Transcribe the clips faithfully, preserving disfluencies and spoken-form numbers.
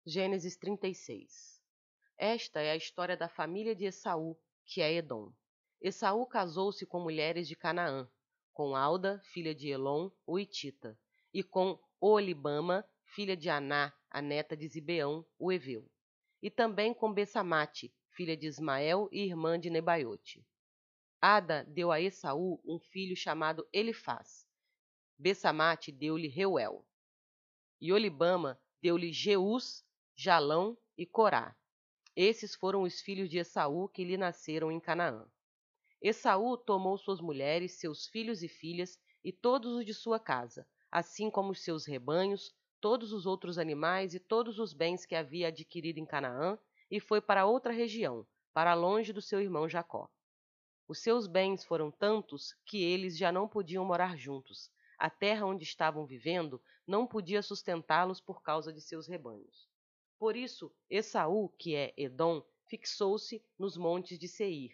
Gênesis trinta e seis. Esta é a história da família de Esaú, que é Edom. Esaú casou-se com mulheres de Canaã, com Alda, filha de Elom, o Hitita, e com Oolibama, filha de Aná, a neta de Zibeão, o Heveu, e também com Bessamate, filha de Ismael e irmã de Nebaiote. Ada deu a Esaú um filho chamado Elifaz. Bessamate deu-lhe Reuel. E Olibama deu-lhe Jeus, Jalão e Corá. Esses foram os filhos de Esaú que lhe nasceram em Canaã. Esaú tomou suas mulheres, seus filhos e filhas, e todos os de sua casa, assim como os seus rebanhos, todos os outros animais e todos os bens que havia adquirido em Canaã, e foi para outra região, para longe do seu irmão Jacó. Os seus bens foram tantos que eles já não podiam morar juntos. A terra onde estavam vivendo não podia sustentá-los por causa de seus rebanhos. Por isso, Esaú, que é Edom, fixou-se nos montes de Seir.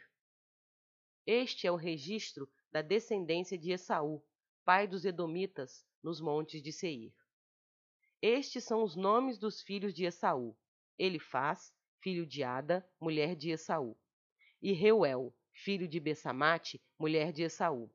Este é o registro da descendência de Esaú, pai dos edomitas, nos montes de Seir. Estes são os nomes dos filhos de Esaú: Elifaz, filho de Ada, mulher de Esaú, e Reuel, filho de Bessamate, mulher de Esaú.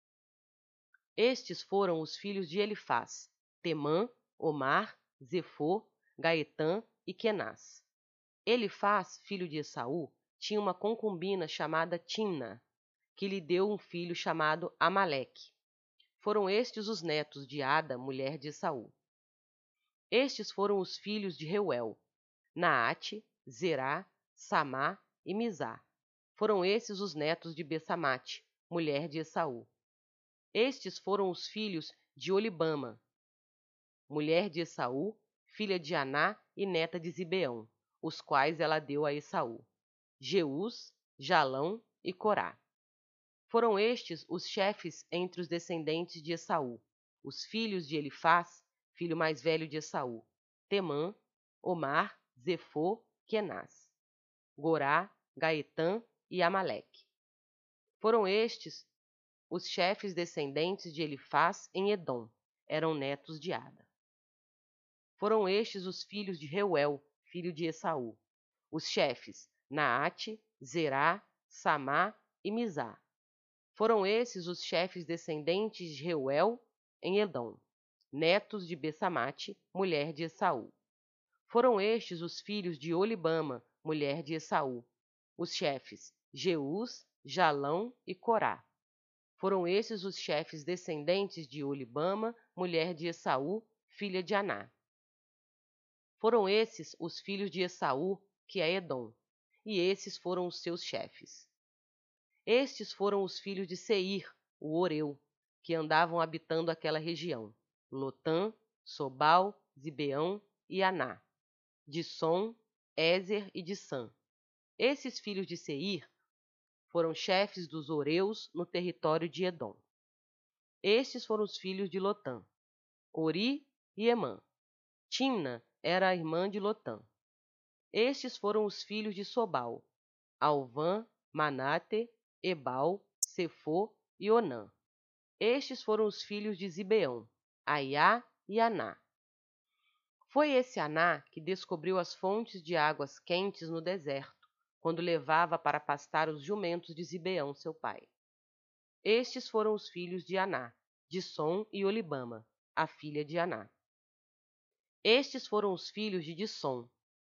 Estes foram os filhos de Elifaz: Temã, Omar, Zefô, Gaetã e Kenaz. Elifaz, filho de Esaú, tinha uma concubina chamada Timna, que lhe deu um filho chamado Amaleque. Foram estes os netos de Ada, mulher de Esaú. Estes foram os filhos de Reuel: Naate, Zerá, Samá e Mizá. Foram esses os netos de Bessamate, mulher de Esaú. Estes foram os filhos de Olibama, mulher de Esaú, filha de Aná e neta de Zibeão, os quais ela deu a Esaú: Jeus, Jalão e Corá. Foram estes os chefes entre os descendentes de Esaú, os filhos de Elifaz, filho mais velho de Esaú: Temã, Omar, Zefô, Kenaz, Gorá, Gaetã e Amaleque. Foram estes os chefes descendentes de Elifaz em Edom, eram netos de Ada. Foram estes os filhos de Reuel, filho de Esaú, os chefes: Naate, Zerá, Samá e Mizá. Foram esses os chefes descendentes de Reuel em Edom, netos de Bessamate, mulher de Esaú. Foram estes os filhos de Olibama, mulher de Esaú, os chefes: Jeus, Jalão e Corá. Foram esses os chefes descendentes de Olibama, mulher de Esaú, filha de Aná. Foram esses os filhos de Esaú, que é Edom, e esses foram os seus chefes. Estes foram os filhos de Seir, o Oreu, que andavam habitando aquela região: Lotã, Sobal, Zibeão e Aná, Dissom, Ézer e Dissã. Esses filhos de Seir foram chefes dos Oreus no território de Edom. Estes foram os filhos de Lotã: Ori e Emã. Timna era a irmã de Lotã. Estes foram os filhos de Sobal: Alvã, Manate, Ebal, Sefô e Onã. Estes foram os filhos de Zibeão: Aiá e Aná. Foi esse Aná que descobriu as fontes de águas quentes no deserto, quando levava para pastar os jumentos de Zibeão, seu pai. Estes foram os filhos de Aná: Dissom e Olibama, a filha de Aná. Estes foram os filhos de Dissom: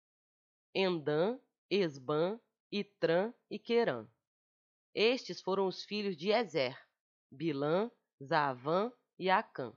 Endã, Esbã, Itrã e Querã. Estes foram os filhos de Ezer: Bilã, Zaavã e Acã.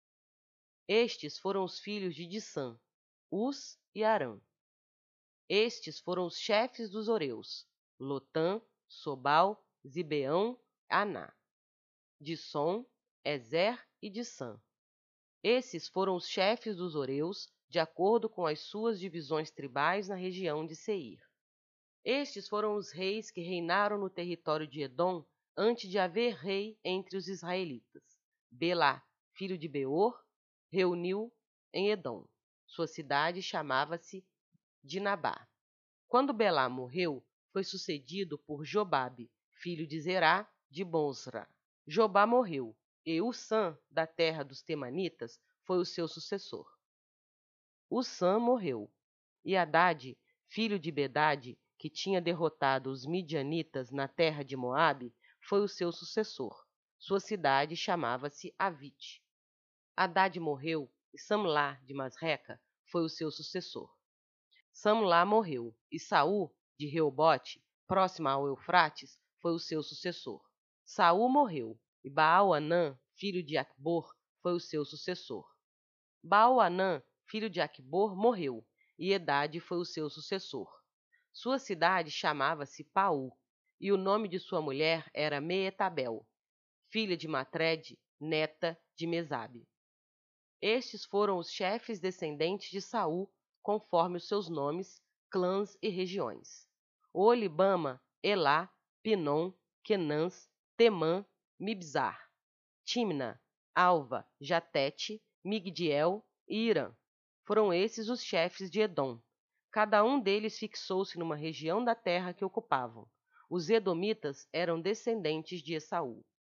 Estes foram os filhos de Dissã: Uz e Arã. Estes foram os chefes dos Oreus: Lotã, Sobal, Zibeão, Aná, Dissom, Ezer e Dissã. Esses foram os chefes dos Oreus, de acordo com as suas divisões tribais na região de Seir. Estes foram os reis que reinaram no território de Edom antes de haver rei entre os israelitas. Belá, filho de Beor, reuniu em Edom. Sua cidade chamava-se Dinabá. Quando Belá morreu, foi sucedido por Jobabe, filho de Zerá, de Bozra. Jobá morreu, e Usã, da terra dos Temanitas, foi o seu sucessor. Usã morreu. E Hadade, filho de Bedade, que tinha derrotado os midianitas na terra de Moabe, foi o seu sucessor. Sua cidade chamava-se Avite. Hadade morreu e Samlá de Masreca foi o seu sucessor. Samlá morreu e Saul de Reobote, próxima ao Eufrates, foi o seu sucessor. Saul morreu e Baal-Anã, filho de Acbor, foi o seu sucessor. Baal-Anã, filho de Acbor, morreu e Edade foi o seu sucessor. Sua cidade chamava-se Paú e o nome de sua mulher era Meetabel, filha de Matred, neta de Mesabe. Estes foram os chefes descendentes de Saul, conforme os seus nomes, clãs e regiões: Olibama, Elá, Pinom, Quenãs, Temã, Mibzar, Timna, Alva, Jatete, Migdiel e Irã. Foram esses os chefes de Edom. Cada um deles fixou-se numa região da terra que ocupavam. Os edomitas eram descendentes de Esaú.